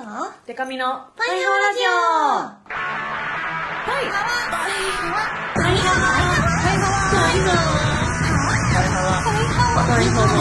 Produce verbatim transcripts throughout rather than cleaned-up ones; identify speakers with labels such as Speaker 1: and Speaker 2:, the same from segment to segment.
Speaker 1: デカミの
Speaker 2: パイハワラジオ。
Speaker 1: パイハワ
Speaker 2: パイハワパイハワパイハワパイハワパイハワ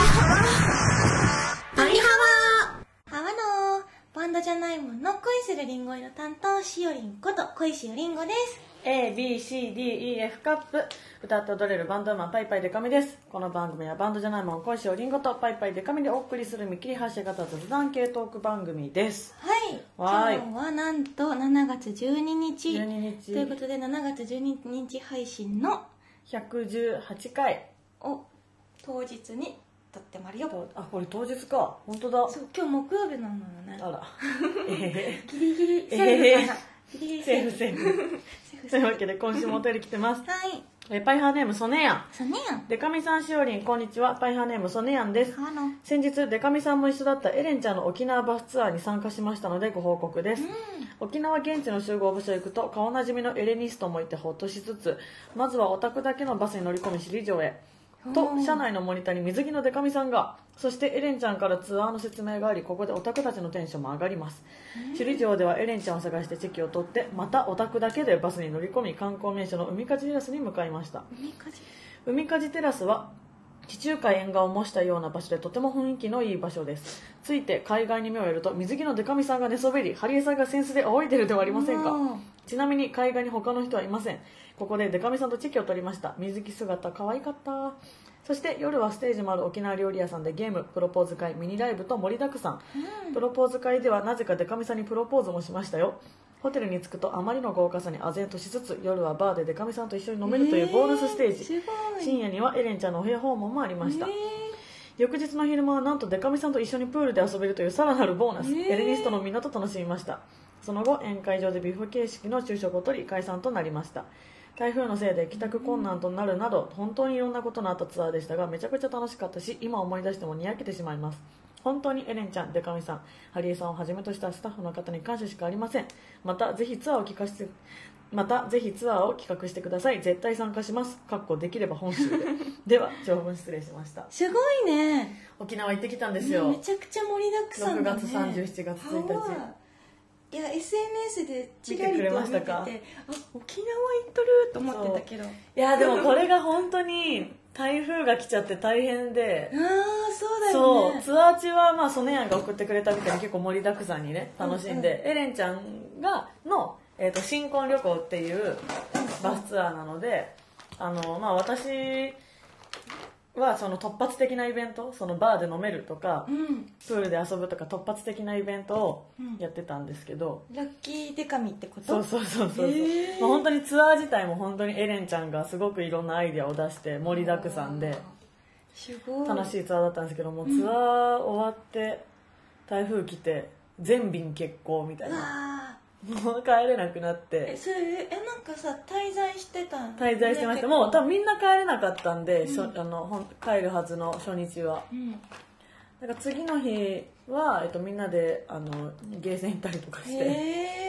Speaker 2: パイハワハワのバンドじゃないもんの恋するリンゴの担当しおりんこと恋しおりんごです。
Speaker 1: エービーシーディーイーエフ カップ歌って踊れるバンドウーマンパイパイデカミです。この番組はバンドじゃないもん恋しおりんごとパイパイデカミでお送りする見切り発車型雑談系トーク番組です。
Speaker 2: はい、
Speaker 1: はい、
Speaker 2: 今日はなんとしちがつじゅうににち
Speaker 1: じゅうににち
Speaker 2: ということでしちがつじゅうににち配信の
Speaker 1: ひゃくじゅうはちかい
Speaker 2: を当日に撮ってまるよ。
Speaker 1: あ、これ当日か。本当だ。
Speaker 2: そう、今日木曜日なのよね。
Speaker 1: あらえ
Speaker 2: ギリギリセ
Speaker 1: え
Speaker 2: ーフかな、ギリギリ
Speaker 1: セーフセーフというわけで今週もお便り来てます。
Speaker 2: はい
Speaker 1: えパイハーネームソネヤン。
Speaker 2: そうねやん。
Speaker 1: デカミさんしおりんこんにちは。パイハーネームソネヤンです。
Speaker 2: あの
Speaker 1: 先日デカミさんも一緒だったエレンちゃんの沖縄バスツアーに参加しましたのでご報告です。沖縄現地の集合場所へ行くと顔なじみのエレニストもいてほっとしつつ、まずはオタクだけのバスに乗り込み首里城へと車内のモニターに水着のデカミさんが、そしてエレンちゃんからツアーの説明があり、ここでオタクたちのテンションも上がります。首里城ではエレンちゃんを探してチェキを取って、またオタクだけでバスに乗り込み観光名所の海かじテラスに向かいました。
Speaker 2: 海風
Speaker 1: 海かじテラスは地中海沿岸を模したような場所でとても雰囲気のいい場所です。ついて海岸に目をやると水着のデカミさんが寝そべり、ハリエさんがセンスで仰いでるではありませんか。ちなみに海岸に他の人はいません。ここでデカミさんとチェキを取りました。水着姿可愛かった。そして夜はステージもある沖縄料理屋さんでゲーム、プロポーズ会、ミニライブと盛りだくさん、うん、プロポーズ会ではなぜかデカミさんにプロポーズもしましたよ。ホテルに着くとあまりの豪華さに唖然としつつ、夜はバーでデカミさんと一緒に飲めるというボーナスステージ、えー、深夜にはエレンちゃんのお部屋訪問もありました、えー、翌日の昼間はなんとデカミさんと一緒にプールで遊べるというさらなるボーナス、えー、エレニストのみんなと楽しみました。その後宴会場でビュッフェ形式の昼食をとり解散となりました。台風のせいで帰宅困難となるなど本当にいろんなことのあったツアーでしたが、めちゃくちゃ楽しかったし、今思い出してもにやけてしまいます。本当にエレンちゃん、デカミさん、ハリエさんをはじめとしたスタッフの方に感謝しかありません。またぜひツアーを企画してまたぜひツアーを企画してください。絶対参加します。かっこできれば本州ででは長文失礼しました。
Speaker 2: すごいね。
Speaker 1: 沖縄行ってきたんですよ、
Speaker 2: ね、めちゃくちゃ盛りだくさんだね。
Speaker 1: ろくがつさんじゅうしちがつついたち、
Speaker 2: いや エスエヌエス でチラリと見てて、あ、沖縄行っとると思ってたけど、い
Speaker 1: やでもこれが本当に台風が来ちゃって大変で、
Speaker 2: ああそうだよね。
Speaker 1: そうツアー中はまあソネヤンが送ってくれたみたいに結構盛りだくさんにね楽しんで、うんうん、エレンちゃんがの、えー、と新婚旅行っていうバスツアーなので、あの、まあ、私はその突発的なイベント、そのバーで飲めるとか、うん、プールで遊ぶとか突発的なイベントをやってたんですけど、
Speaker 2: うん、ラッキーデカミってこと？
Speaker 1: そうそうそうそう、まあ、本当にツアー自体も本当にエレンちゃんがすごくいろんなアイデアを出して盛りだくさんですごい楽しいツアーだったんですけども、ツアー終わって台風来て全便欠航みたいな、もう帰れなくなって。
Speaker 2: えそれえなんかさ滞在してたん、
Speaker 1: ね、滞在してました。もう多分みんな帰れなかったんで、うん、あのほん帰るはずの初日は、うん、だから次の日は、えっと、みんなであのゲーセン行ったりとかして、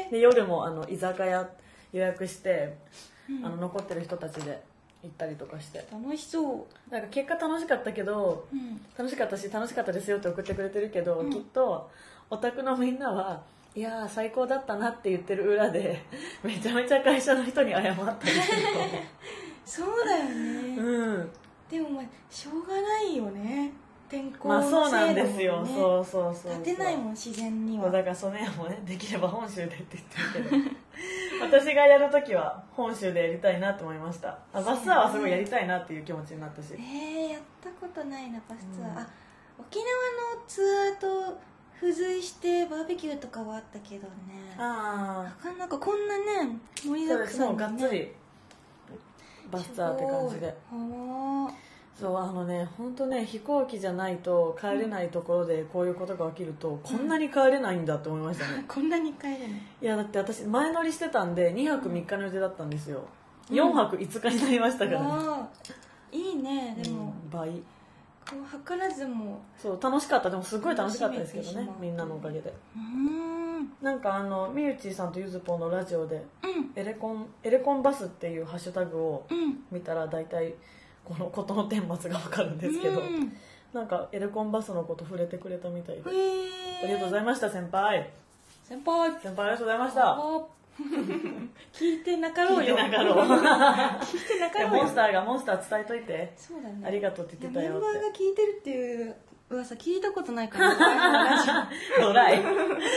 Speaker 1: で夜もあの居酒屋予約して、うん、あの残ってる人たちで行ったりとかして、
Speaker 2: 楽しそう。
Speaker 1: なんか結果楽しかったけど、うん、楽しかったし楽しかったですよって送ってくれてるけど、うん、きっとオタクのみんなはいやー最高だったなって言ってる裏でめちゃめちゃ会社の人に謝ったりする
Speaker 2: そうだよね、
Speaker 1: うん、
Speaker 2: でもまあしょうがないよね、天候
Speaker 1: のせいだもんね。まあそうなんですよ、そうそうそうそう、
Speaker 2: 立てないもん自然には。
Speaker 1: だからソネヤもねできれば本州でって言ってるけど私がやるときは本州でやりたいなと思いました。あバスツアーはすごいやりたいなっていう気持ちになったし、
Speaker 2: えー、やったことないなバスツアー、うん、あ沖縄のツアーと付随してバーベキューとかはあったけどね、
Speaker 1: あ
Speaker 2: あなんかこんなね盛りだくさんに、ね、
Speaker 1: そうです、もうがっつりバスツアーって感じで、そうあのね本当ね飛行機じゃないと帰れないところでこういうことが起きると、うん、こんなに帰れないんだって思いましたね
Speaker 2: こんなに帰れない。
Speaker 1: いやだって私前乗りしてたんでにはくみっかの予定だったんですよ、うん、よんはくいつかになりましたからね、
Speaker 2: うん、いいねでも、
Speaker 1: うん、倍
Speaker 2: 図らずも
Speaker 1: そう楽しかった。でもすごい楽しかったですけどね、みんなのおかげで。うーんなんかあのみゆちさんとゆずぽんのラジオで、うん、エレコンエレコンバスっていうハッシュタグを見たら大体この事の顛末が分かるんですけど、うん、なんかエレコンバスのこと触れてくれたみたいで、ありがとうございました先輩。
Speaker 2: 先輩
Speaker 1: 先輩ありがとうございました
Speaker 2: 聞いてなかろうよ。
Speaker 1: 聞いてなかろう
Speaker 2: 聞いてなかろうよ。
Speaker 1: モンスターがモンスター伝えといて、
Speaker 2: そうだね。
Speaker 1: ありがとうって言ってたよって。
Speaker 2: メンバーが聞いてるっていう噂聞いたことないから
Speaker 1: ドライ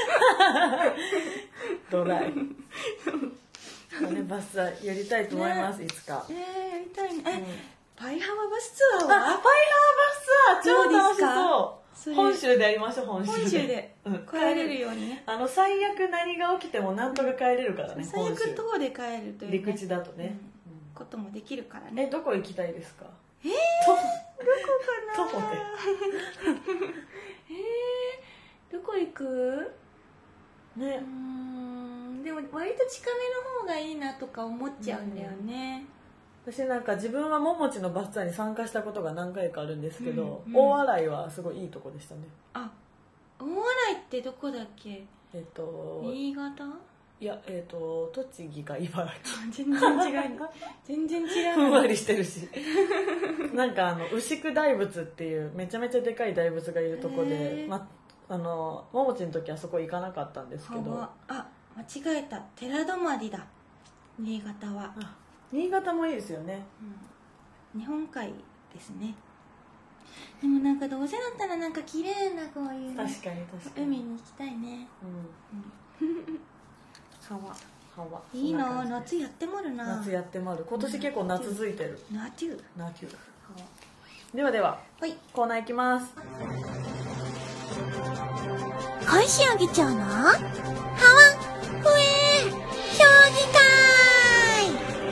Speaker 1: ドライね、バスツアーやりたいと思います、ね、いつか。
Speaker 2: えー、やりたいね。え、うん、パイハワバスツアーは？
Speaker 1: あ、パイハワバスツアー超楽しそう。本州でやりましょう。本州で。
Speaker 2: 本州で帰れるようにね。
Speaker 1: あの最悪何が起きてもなんとか帰れるからね。
Speaker 2: 最悪島で帰るという、ね、
Speaker 1: 陸地だとね、
Speaker 2: うん、こともできるからね。
Speaker 1: え、どこ行きたいですか？
Speaker 2: えー、どこかな。
Speaker 1: 徒歩で。
Speaker 2: えー、どこ行く？
Speaker 1: ね。
Speaker 2: うーん、でも割と近めの方がいいなとか思っちゃうんだよね。
Speaker 1: 私なんか自分はももちのバスツアーに参加したことが何回かあるんですけど、
Speaker 2: うんうん、
Speaker 1: 大洗はすごいいいとこでしたね。
Speaker 2: あ、大洗ってどこだっけ？
Speaker 1: えっと
Speaker 2: 新潟？
Speaker 1: いや、えっと栃木か茨
Speaker 2: 城。全然違う全然違う。
Speaker 1: ふんわりしてるしなんかあの牛久大仏っていうめちゃめちゃでかい大仏がいるとこで、ま、あのももちの時はそこ行かなかったんですけど、
Speaker 2: あ、間違えた、寺泊だ、新潟は。
Speaker 1: あ、新潟もいいですよね、
Speaker 2: うん、日本海ですね。でもなんかどうせだったらなんか綺麗なこういう、ね、
Speaker 1: 確かに確かに
Speaker 2: 海に行きたいね。うん、うん、川
Speaker 1: 川
Speaker 2: いいな、夏やってまるな。
Speaker 1: 夏やってまる。今年結構夏続いてる。
Speaker 2: 夏
Speaker 1: 夏ではでは、はい、コーナー行きます。
Speaker 3: 小石あげちゃうのハワフエ評議会。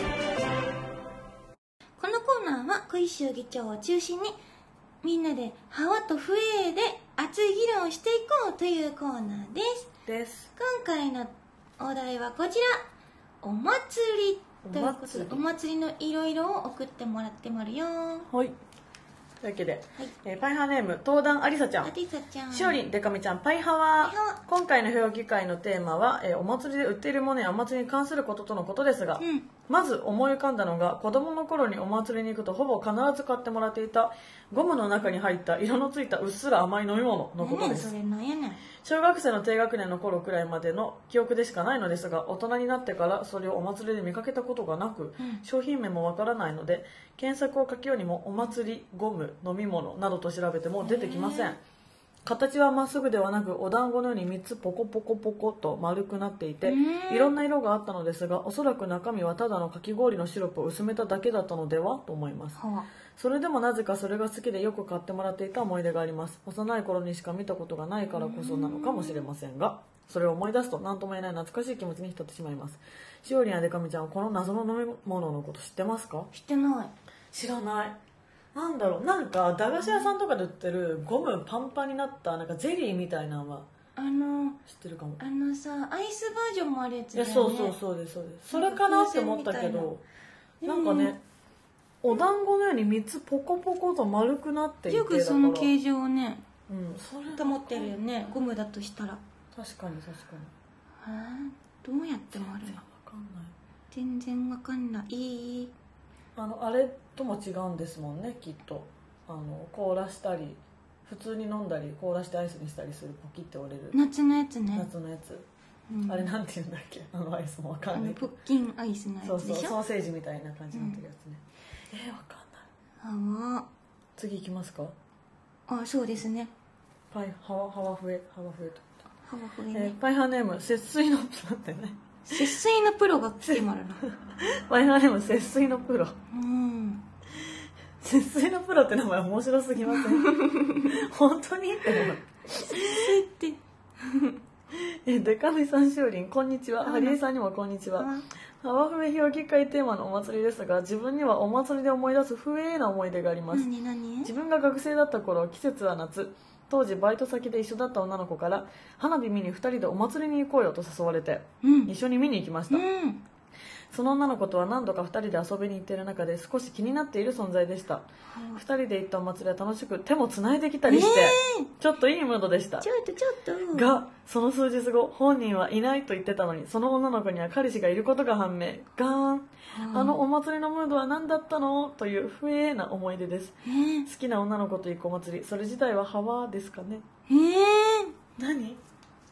Speaker 2: このコーナーは小石議長を中心にみんなでハワとフエで熱い議論をしていこうというコーナーです
Speaker 1: です
Speaker 2: 今回のお題はこちら、お祭りということで、お祭りのいろいろを送ってもらってもらうよ。
Speaker 1: はい、というわけで、
Speaker 2: はい、
Speaker 1: えー、パイハーネーム東壇ありさちゃん、
Speaker 2: ありさちゃん、
Speaker 1: しおりん、でかみちゃん、パイハワー。今回の評議会のテーマは、えー、お祭りで売っているものやお祭りに関することとのことですが、
Speaker 2: うん、
Speaker 1: まず思い浮かんだのが、子供の頃にお祭りに行くとほぼ必ず買ってもらっていたゴムの中に入った色のついたうっすら甘い飲み物のことです。
Speaker 2: それなんやねん。
Speaker 1: 小学生の低学年の頃くらいまでの記憶でしかないのですが、大人になってからそれをお祭りで見かけたことがなく、うん、商品名もわからないので検索をかけようにもお祭り、ゴム、飲み物などと調べても出てきません。形はまっすぐではなくお団子のようにみっつポコポコポコと丸くなっていて、いろんな色があったのですが、おそらく中身はただのかき氷のシロップを薄めただけだったのではと思います。それでもなぜかそれが好きでよく買ってもらっていた思い出があります。幼い頃にしか見たことがないからこそなのかもしれませんが、それを思い出すと何とも言えない懐かしい気持ちに浸ってしまいます。しおりんやでかみちゃんはこの謎の飲み物のこと知ってますか？
Speaker 2: 知ってない。
Speaker 1: 知らない。なんだろう、なんか駄菓子屋さんとかで売ってるゴムパンパンになったなんかゼリーみたいなのは
Speaker 2: あの
Speaker 1: 知ってるかも。
Speaker 2: あのさ、アイスバージョンもあるやつだよね。
Speaker 1: いや、そうそうそうですそうです。それかなって思ったけど、なんかね、お団子のようにみっつポコポコと丸くなっていて、
Speaker 2: よくその形状をね、
Speaker 1: うん、それ
Speaker 2: 保ってるよね、ゴムだとしたら。
Speaker 1: 確かに確かに。
Speaker 2: はあ、どうやって丸い？全然わかんない。全然わかんない。
Speaker 1: あのあれとも違うんですもんね、きっと。あの凍らしたり普通に飲んだり凍らしてアイスにしたりするポキって折れる
Speaker 2: 夏のやつね。
Speaker 1: 夏のやつ、うん、あれなんて言うんだっけ、あのアイスもわかんないけど、
Speaker 2: ポッキンアイスのやつでしょ。
Speaker 1: そうそう、ソーセージみたいな感じになってるやつね、うん、えー、わかんない。
Speaker 2: はわ、
Speaker 1: 次行きますか。
Speaker 2: あ、そうですね。
Speaker 1: パイハワハワフエハワフエと
Speaker 2: ハワフエ、ね、
Speaker 1: えー、パイハーネーム節水のプロってね、
Speaker 2: 節水のプロが来てもあるな
Speaker 1: パイハーネーム節水のプロ、
Speaker 2: うん、
Speaker 1: 節水のプロって名前面白すぎません本当にって思う。
Speaker 2: 節水って
Speaker 1: えでかみさん、しおりん、こんにちは。ハリエさんにもこんにちは。ハワフエ評議会テーマのお祭りですが、自分にはお祭りで思い出す不栄な思い出があります。
Speaker 2: 何何？
Speaker 1: 自分が学生だった頃、季節は夏、当時バイト先で一緒だった女の子から花火見にふたりでお祭りに行こうよと誘われて、うん、一緒に見に行きました、うん、その女の子とは何度かふたりで遊びに行っている中で少し気になっている存在でした、うん、ふたりで行ったお祭りは楽しく手もつないできたりして、えー、ちょっといいムードでした。
Speaker 2: ちょっとちょっと
Speaker 1: がその数日後、本人はいないと言ってたのにその女の子には彼氏がいることが判明。ガーン、あのお祭りのムードは何だったのという不栄な思い出です、えー、好きな女の子と行くお祭り、それ自体はハワーですかね。
Speaker 2: えー、
Speaker 1: 何？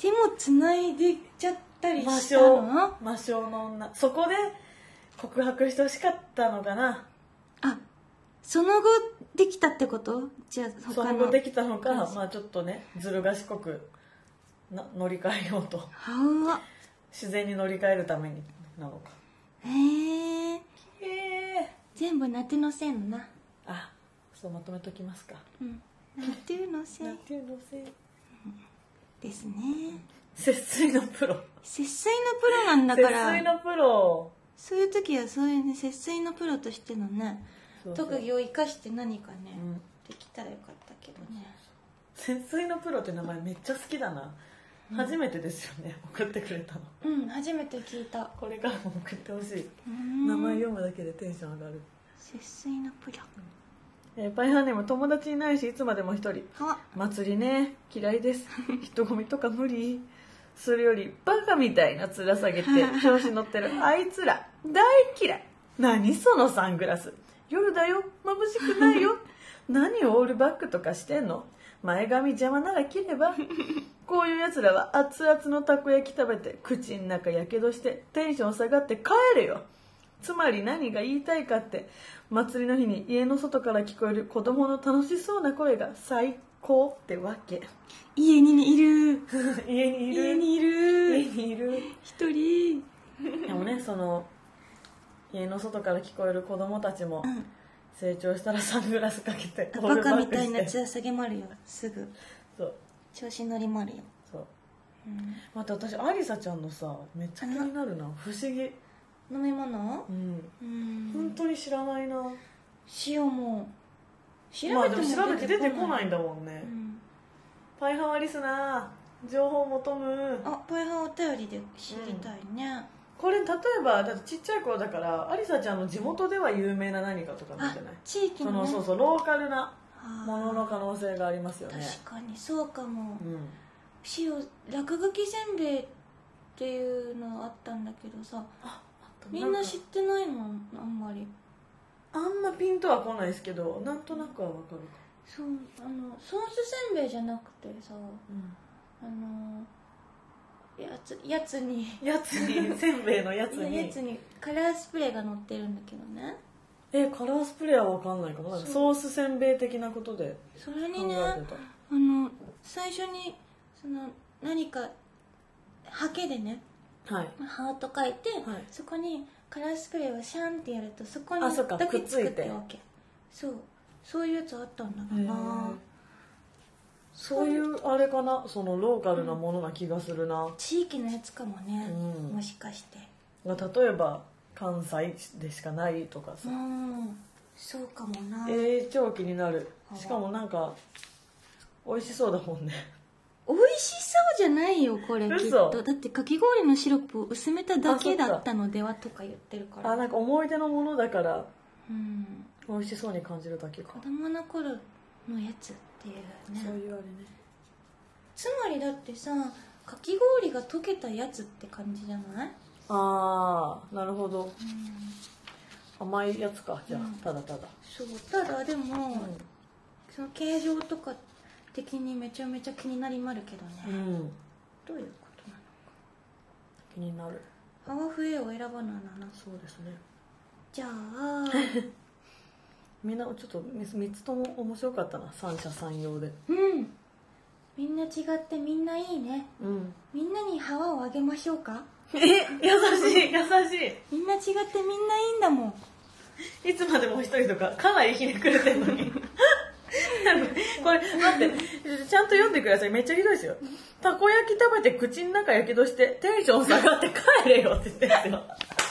Speaker 2: 手もつないでちゃったり
Speaker 1: 魔
Speaker 2: した
Speaker 1: 性
Speaker 2: の？
Speaker 1: 魔性の女、そこで告白してほしかったのかな。
Speaker 2: あ、その後できたってこと？じゃあ
Speaker 1: そ
Speaker 2: 他の
Speaker 1: の後できたのか、まあちょっとねずる賢くな乗り換えようと、
Speaker 2: はわ、
Speaker 1: 自然に乗り換えるためになのか。
Speaker 2: へえ、
Speaker 1: へえ。
Speaker 2: 全部ナテのせいのな。
Speaker 1: あ、そうまとめときますか。
Speaker 2: うん、ナテのせい
Speaker 1: なんていうのせい
Speaker 2: ですね。
Speaker 1: 節水のプロ。
Speaker 2: 節水のプロなんだから、
Speaker 1: 節水のプロ。
Speaker 2: そういう時はそういうね、節水のプロとしてのね、
Speaker 1: そうそう
Speaker 2: 特技を生かして何かね、
Speaker 1: うん
Speaker 2: できたらよかったけどね。
Speaker 1: 節水のプロって名前めっちゃ好きだな、うん、初めてですよね送ってくれたの。
Speaker 2: うん、初めて聞いた。
Speaker 1: これからも送ってほしい。
Speaker 2: うん
Speaker 1: 名前読むだけでテンション上がる。
Speaker 2: 節水のプロ、
Speaker 1: えー、パイハーネーム友達いないしいつまでも一人。
Speaker 2: は
Speaker 1: 祭りね嫌いです人混みとか無理するよりバカみたいな面下げて調子乗ってるあいつら大嫌い。何そのサングラス、夜だよ眩しくないよ何をオールバックとかしてんの、前髪邪魔なら切ればこういうやつらは熱々のたこ焼き食べて口の中やけどしてテンション下がって帰れよ。つまり何が言いたいかって、祭りの日に家の外から聞こえる子供の楽しそうな声が最高ってわけ。
Speaker 2: 家にいる
Speaker 1: 家にいる
Speaker 2: 家にいる
Speaker 1: 家にいる
Speaker 2: 一人。
Speaker 1: でもね、その家の外から聞こえる子供たちも、
Speaker 2: うん
Speaker 1: 成長したらサングラスかけて
Speaker 2: バカみたいな
Speaker 1: オールバックして
Speaker 2: 面下げまるよ、すぐ
Speaker 1: そう
Speaker 2: 調子乗りまるよ。
Speaker 1: そう、
Speaker 2: うん、
Speaker 1: また私アリサちゃんのさめっちゃ気になるな、不思議。
Speaker 2: 飲み物？
Speaker 1: うん
Speaker 2: うん
Speaker 1: 本当に知らないな。
Speaker 2: 塩も調べても
Speaker 1: まあでも調べて出てこないんだもんね、
Speaker 2: うん、
Speaker 1: パイハワリスナー情報求む。
Speaker 2: あ、パイハーお便りで知りたいね、
Speaker 1: これ例えばだってちっちゃい頃だからアリサちゃんの地元では有名な何かとかなんじゃない？
Speaker 2: 地域の、ね、
Speaker 1: そのそうそうローカルな
Speaker 2: あ
Speaker 1: ものの可能性がありますよね。
Speaker 2: 確かにそうかも、
Speaker 1: うん
Speaker 2: 塩落書きせんべいっていうのあったんだけどさ、
Speaker 1: あ
Speaker 2: みんな知ってないのあんまり。
Speaker 1: あんまピンとは来ないですけどなんとなくはわかるか。
Speaker 2: そう、あのソースせんべいじゃなくてさ、
Speaker 1: うん
Speaker 2: あのやつやつに
Speaker 1: やつにせんべいのやつに
Speaker 2: やつにカラースプレーが乗ってるんだけどね。
Speaker 1: えカラースプレーはわかんないかも。なんかソースせんべい的なことで
Speaker 2: それに
Speaker 1: 考
Speaker 2: ね、
Speaker 1: えてた。
Speaker 2: あの最初にその何かハケでね
Speaker 1: はい
Speaker 2: ハート書いて、
Speaker 1: はい
Speaker 2: そこにカラースプレーをシャンってやるとそこに
Speaker 1: あそっか
Speaker 2: だけ作っ
Speaker 1: くっついて
Speaker 2: てるわけ。そうそういうやつあったんだか
Speaker 1: へー
Speaker 2: な。
Speaker 1: そういうあれかな、そのローカルなものな気がするな、
Speaker 2: 地域のやつかもね、
Speaker 1: うん
Speaker 2: もしかして。
Speaker 1: 例えば関西でしかないとかさ、
Speaker 2: うんそうかもな。
Speaker 1: えー、超気になる。
Speaker 2: あ
Speaker 1: しかもなんか美味しそうだもんね。
Speaker 2: 美味しそうじゃないよこれきっ
Speaker 1: 嘘
Speaker 2: と。だってかき氷のシロップを薄めただけだったのではとか言ってるから。
Speaker 1: あなんか思い出のものだから
Speaker 2: うん
Speaker 1: 美味しそうに感じるだけか。
Speaker 2: 子供の頃のやつっていうね。
Speaker 1: そういうあれね。
Speaker 2: つまりだってさ、かき氷が溶けたやつって感じじゃない？
Speaker 1: ああなるほど、
Speaker 2: うん
Speaker 1: 甘いやつかじゃあ、
Speaker 2: うん
Speaker 1: ただただ。
Speaker 2: そうただでも、
Speaker 1: う
Speaker 2: その形状とか的にめちゃめちゃ気になりまるけどね、
Speaker 1: ん、うん、
Speaker 2: どういうことなのか。
Speaker 1: 気になる。
Speaker 2: ハワフエを選ばないな。
Speaker 1: そうですね。
Speaker 2: じゃあ
Speaker 1: みんなちょっとみっつとも面白かったな、三者三様で。
Speaker 2: うんみんな違ってみんないいね。
Speaker 1: うん
Speaker 2: みんなにハワをあげましょうか。
Speaker 1: え優しい優し
Speaker 2: みんな違ってみんないいんだもん。
Speaker 1: いいつまでも一人とかかなりひねくれてんのにこれ待ってちゃんと読んでください。めっちゃひどいですよ。たこ焼き食べて口の中やけどしてテンション下がって帰れよって言ってるんですよ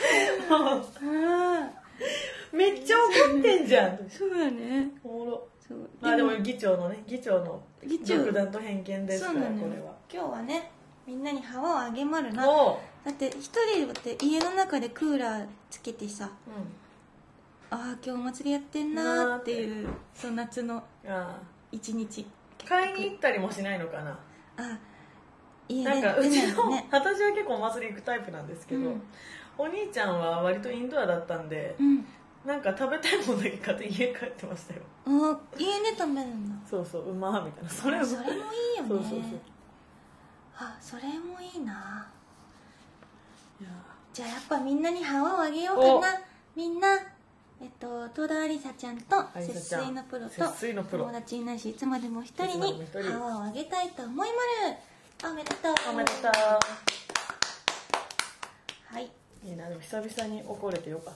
Speaker 2: あ
Speaker 1: めっちゃ怒ってんじゃん。
Speaker 2: そうだね。
Speaker 1: おもろ。
Speaker 2: そう
Speaker 1: まあでも議長のね議長の
Speaker 2: 議長
Speaker 1: 独断と偏見ですから、
Speaker 2: そうなのよ
Speaker 1: これは。
Speaker 2: 今日はねみんなにハワをあげまるな。
Speaker 1: おう、
Speaker 2: だって一人って家の中でクーラーつけてさ、
Speaker 1: う
Speaker 2: ああ今日お祭りやってんなーっていうそう夏の
Speaker 1: ん、あ
Speaker 2: 一日
Speaker 1: あ買いに行ったりもしないのかな。
Speaker 2: あ家
Speaker 1: なん
Speaker 2: で出ない
Speaker 1: かうちの、
Speaker 2: のね。
Speaker 1: 私は結構お祭り行くタイプなんですけど、
Speaker 2: うん
Speaker 1: お兄ちゃんは割とインドアだったんで、
Speaker 2: うん
Speaker 1: なんか食べたいものだけ買って家帰ってましたよ。
Speaker 2: あ家で食べるんだ。
Speaker 1: そうそううまーみたいな。それうま
Speaker 2: それもいいよね。
Speaker 1: そうそうそう。
Speaker 2: あ、それもいいな。
Speaker 1: いや
Speaker 2: じゃあやっぱみんなにハワをあげようかな。みんなえっと戸田ありさちゃんと
Speaker 1: あり
Speaker 2: 節
Speaker 1: さちゃん
Speaker 2: 水のプロと
Speaker 1: 節水のプロ
Speaker 2: 友達になしいつまでも一人
Speaker 1: いつまで
Speaker 2: に
Speaker 1: も一人
Speaker 2: ハワをあげたいと思いまる。おめでとう。
Speaker 1: おめでとう。
Speaker 2: はい。
Speaker 1: いいな、でも久々に怒れてよかった。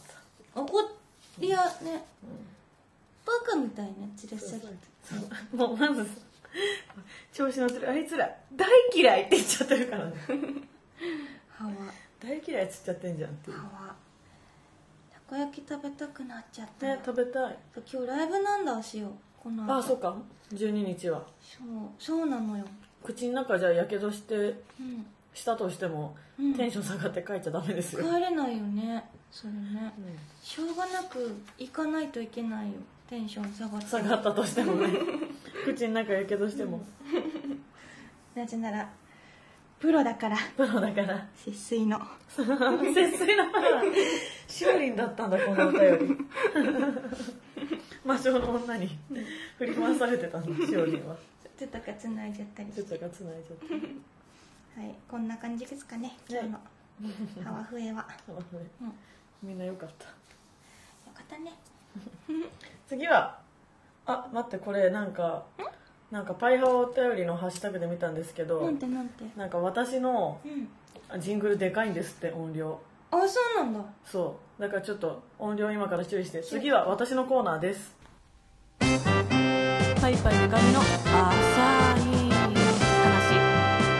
Speaker 2: 怒りやね、バカみたいなやつでさ
Speaker 1: もうまずさ調子乗ってるあいつら大嫌いって言っちゃってるからね
Speaker 2: ハワ
Speaker 1: 大嫌いっつっちゃってんじゃんっていう。
Speaker 2: ハワたこ焼き食べたくなっちゃったの。
Speaker 1: ね、食べたい。
Speaker 2: そう今日ライブなんだしよこの後。
Speaker 1: あ、そうか、じゅうににちは
Speaker 2: そうそうなのよ。
Speaker 1: 口の中じゃやけどして
Speaker 2: うん
Speaker 1: したとしても、
Speaker 2: うん
Speaker 1: テンション下がって帰っちゃダメですよ、
Speaker 2: 帰れないよねそれね、
Speaker 1: うん
Speaker 2: しょうがなく行かないといけないよ。テンション下がって
Speaker 1: 下がったとしてもね口の中やけどしても、
Speaker 2: なぜならプロだから。
Speaker 1: プロだから
Speaker 2: 節水の
Speaker 1: 節水のしおりんだったんだこの歌より魔性の女に振り回されてたんだしおりんは。
Speaker 2: ちょっとかつないじゃったりして。
Speaker 1: ちょっとがつないじゃった
Speaker 2: はいこんな感じですかね今日のハワフエは。うん
Speaker 1: みんなよかった。
Speaker 2: よかったね。
Speaker 1: 次はあ待ってこれなんかなんかパイハワお便りのハッシュタグで見たんですけど、
Speaker 2: なんてなんて。
Speaker 1: なんか私の
Speaker 2: うん
Speaker 1: ジングルでかいんですって音量。
Speaker 2: あそうなんだ。
Speaker 1: そうだからちょっと音量今から注意して。次は私のコーナーです。パイパイでかみの浅い話。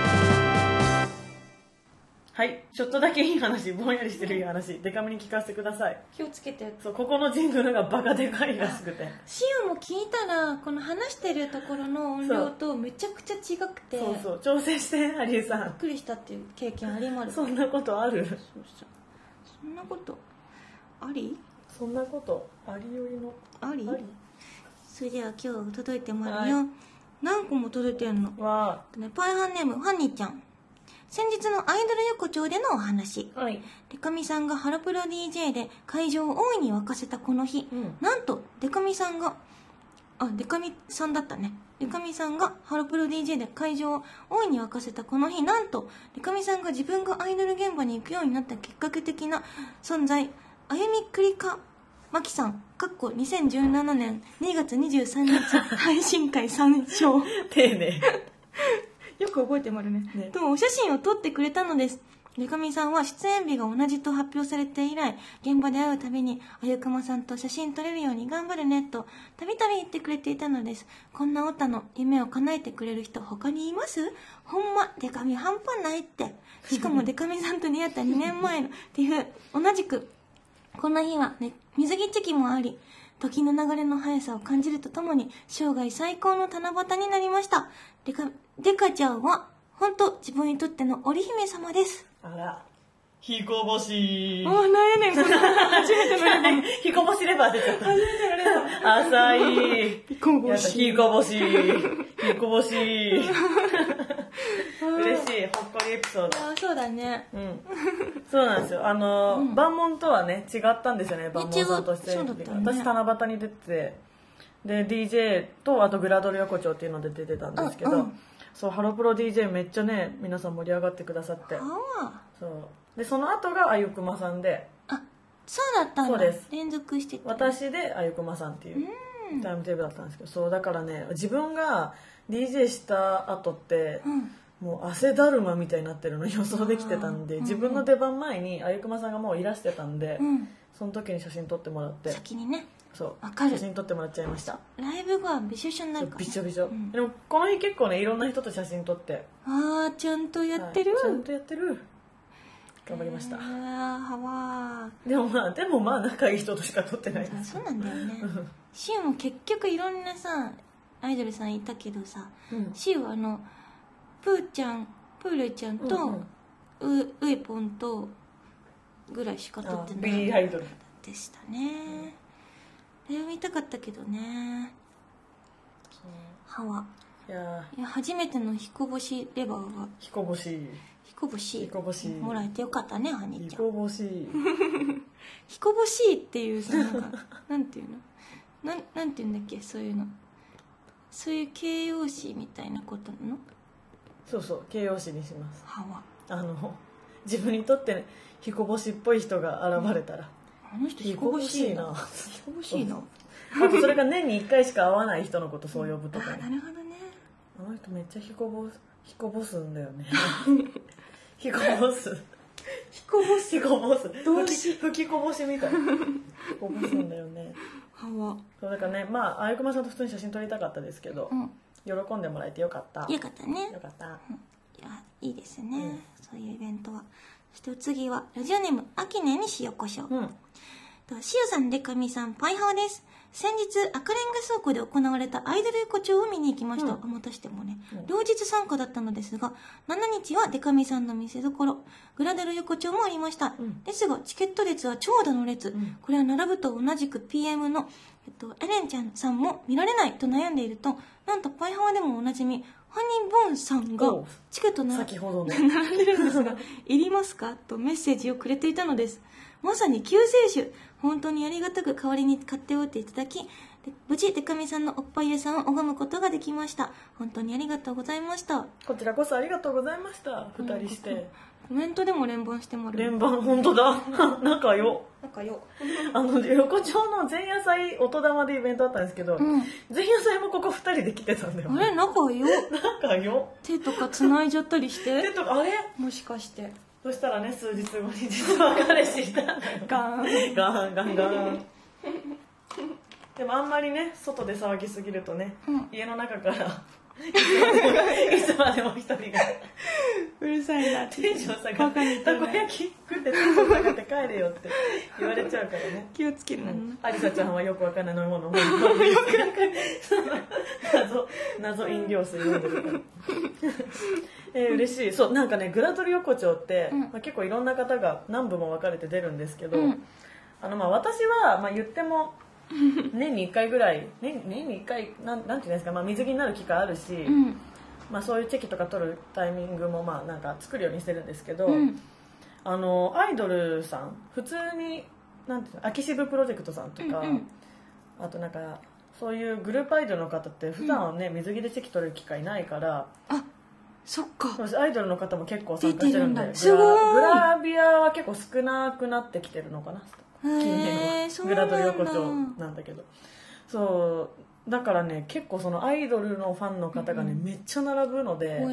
Speaker 1: はい、ちょっとだけいい話、ぼんやりしてるいい話、デカミに聞かせてください。
Speaker 2: 気をつけて。
Speaker 1: そう、ここのジングルがバカでかいらしくて。
Speaker 2: シオも聞いたらこの話してるところの音量とめちゃくちゃ違くて、
Speaker 1: そうそう、調整してハリエさ
Speaker 2: びっ
Speaker 1: ん。
Speaker 2: くりしたっていう経験ありまる。
Speaker 1: そんなことある？
Speaker 2: そうそうそんなことあり
Speaker 1: そんなことありよりの
Speaker 2: あり
Speaker 1: あり
Speaker 2: それでは今日届いてもらうよ、
Speaker 1: は
Speaker 2: 何個も届いてんの。
Speaker 1: は、
Speaker 2: ね、パイハンネームファニーちゃん。先日のアイドル横丁でのお話。
Speaker 1: はい。
Speaker 2: デカミさんがハロプロ ディージェー で会場を大いに沸かせたこの日、
Speaker 1: うん
Speaker 2: なんとデカミさんがあデカミさんだったねデカミさんがハロプロ ディージェー で会場を大いに沸かせたこの日、なんとデカミさんが自分がアイドル現場に行くようになったきっかけ的な存在、あゆみくりかまきさんかっこにせんじゅうななねんにがつにじゅうさんにち配信会参照
Speaker 1: 丁寧。
Speaker 2: よく覚えてもらうね。
Speaker 1: ね
Speaker 2: とお写真を撮ってくれたのです。デカミさんは出演日が同じと発表されて以来、現場で会うたびにあゆくまさんと写真撮れるように頑張るねとたびたび言ってくれていたのです。こんなオタの夢を叶えてくれる人他にいます？ほんまデカミ半端ないって。しかもデカミさんと出会ったにねんまえのティフ同じくこの日は、ね、水着チェキもあり、時の流れの速さを感じるとともに生涯最高の七夕になりました。デカデカちゃんは本当自分にとっての織姫様です。
Speaker 1: あら。ひこぼし。
Speaker 2: あ、なんやねん、これ。初めてのレバー。
Speaker 1: ひこぼしレバー出ちゃった。
Speaker 2: 初めてのレバー。
Speaker 1: 浅い。
Speaker 2: ひこぼし。
Speaker 1: ひこぼし。ひこぼし。嬉しい、ほっこりエピソード。
Speaker 2: あ、そうだね。
Speaker 1: うん。そうなんですよ。あの、
Speaker 2: うん
Speaker 1: 万門とはね、違ったんですよね、万門さんとして。
Speaker 2: そうだったね
Speaker 1: 私、七夕に出てて、で、ディージェー と、あとグラドル横丁っていうので出てたんですけど、
Speaker 2: うんうん
Speaker 1: そう、ハロプロ ディージェー めっちゃね、皆さん盛り上がってくださって。
Speaker 2: ああ。
Speaker 1: そう。で、その後があゆくまさんで、
Speaker 2: あ、そうだったんだ。
Speaker 1: そうです
Speaker 2: 連続してて。
Speaker 1: 私であゆくまさんっていうタイムテーブルだったんですけど、そう、だからね、自分が ディージェー した後って、
Speaker 2: うん。
Speaker 1: もう汗だるまみたいになってるの予想できてたんで、
Speaker 2: あー
Speaker 1: 自分の出番前にあゆくまさんがもういらしてたんで、
Speaker 2: うん。
Speaker 1: その時に写真撮ってもらって、
Speaker 2: 先にね。
Speaker 1: そう
Speaker 2: わかる
Speaker 1: 写真撮ってもらっちゃいました。
Speaker 2: ライブ後はびしょびしょになるから、
Speaker 1: びしょびしょ、
Speaker 2: うん
Speaker 1: でもこの日結構ねいろんな人と写真撮って
Speaker 2: ああ、ちゃんとやってる。
Speaker 1: はいちゃんとやってる。頑張りました。
Speaker 2: ああ、はわ
Speaker 1: でもまあでもまあ仲いい人としか撮ってない
Speaker 2: ー。あ、
Speaker 1: です。
Speaker 2: そうなんだよね。シウも結局いろんなさ、アイドルさんいたけどさ、
Speaker 1: うん
Speaker 2: シウはあの、プーちゃん、プールちゃんと、
Speaker 1: うん
Speaker 2: うウエポンとぐらいしか撮
Speaker 1: あ
Speaker 2: って
Speaker 1: ビ
Speaker 2: ない
Speaker 1: リーアイドル。
Speaker 2: でしたね。あれを見たかったけどね。歯は。
Speaker 1: いや
Speaker 2: いや、初めてのひこぼしレバーが、
Speaker 1: ーひこぼし
Speaker 2: ひこぼし。
Speaker 1: ひこぼし
Speaker 2: もらえてよかったね、ハニー
Speaker 1: ひ
Speaker 2: ちゃん。
Speaker 1: こぼし
Speaker 2: ひこぼしっていうさ、なんか、なんていうのなん、なんていうんだっけ、そういうの。そういう形容詞みたいなことなの？
Speaker 1: そうそう形容詞にします。
Speaker 2: はわ。
Speaker 1: あの自分にとって、ね、彦星っぽい人が現れたら、
Speaker 2: あの人彦星いな。彦星いな。
Speaker 1: あとそれが年にいっかいしか会わない人のことそう呼ぶとか、ね、
Speaker 2: あ、なるほどね。
Speaker 1: あの人めっちゃ彦星彦星んだよね。彦星
Speaker 2: 彦星
Speaker 1: 彦星
Speaker 2: 動詞
Speaker 1: 吹きこぼしみたいな彦星んだよね。
Speaker 2: はわ。
Speaker 1: そうだからね、まああゆくまさんと普通に写真撮りたかったですけど、
Speaker 2: うん。
Speaker 1: 喜んでもらえてよかった。
Speaker 2: よかったね。
Speaker 1: よかった。
Speaker 2: いや、いいですね、
Speaker 1: うん、
Speaker 2: そういうイベントは。そしてお次はラジオネームあきねに塩コショウ。
Speaker 1: うん。
Speaker 2: しおさん、でかみさん、パイハワです。先日赤レンガ倉庫で行われたアイドル横丁を見に行きました。
Speaker 1: うん、
Speaker 2: またしてもね、
Speaker 1: うん、
Speaker 2: 両日参加だったのですが、しちにちはでかみさんの見せ所グラデル横丁もありました、うん、ですがチケット列は長蛇の列、うん、これは並ぶと同じく ピーエム の、えっと、エレンちゃんさんも見られないと悩んでいると、なんとパイハワでもおなじみハニーボーンさんがチケットな
Speaker 1: 先ほどの
Speaker 2: 並んでるんですがいりますかとメッセージをくれていたのです。まさに救世主。本当にありがたく代わりに買っておいていただき、無事でかみさんのおっぱい屋さんを拝むことができました。本当にありがとうございました。
Speaker 1: こちらこそありがとうございました。二人して
Speaker 2: コメントでも連番してもらう。
Speaker 1: 連番本当だ。仲よ
Speaker 2: 仲よ
Speaker 1: あの横丁の前夜祭音玉でイベントあったんですけど、うん、前夜祭もここ二人で来てたんだよ、ね、
Speaker 2: あれ仲よ
Speaker 1: 仲よ
Speaker 2: 手とか繋いじゃったりして
Speaker 1: 手とかあれ
Speaker 2: もしかして
Speaker 1: そしたらね数日後に実は彼氏いたんだよ。
Speaker 2: ガーン
Speaker 1: ガーンガンガンでもあんまりね外で騒ぎすぎるとね、うん、家の中からいつまでも一人が
Speaker 2: うるさいな
Speaker 1: テンション下がってたこ焼き食ってテンション下がって帰れよって言われちゃうからね。
Speaker 2: 気をつけるな、うん、
Speaker 1: ありさちゃんはよくわかんない飲み物を飲んでよくわかんない謎謎飲料水飲んでるからえー、嬉しい。そうなんかねグラドル横丁って、うんまあ、結構いろんな方が何部も分かれて出るんですけど、うん、あのまあ私は、まあ、言っても年にいっかいぐらい 年, 年にいっかいなんなんていうんですか、まあ、水着になる機会あるし、うんまあ、そういうチェキとか取るタイミングもまあなんか作るようにしてるんですけど、うん、あのアイドルさん普通になんていうの秋渋プロジェクトさんとか、うんうん、あとなんかそういうグループアイドルの方って普段はね、うん、水着でチェキ取る機会ないから。
Speaker 2: あそっか
Speaker 1: アイドルの方も結構参加してるんで、すごいグラビアは結構少なくなってきてるのかな近年はグラドル横丁なんだけど、そうだからね結構そのアイドルのファンの方がね、うん、めっちゃ並ぶので、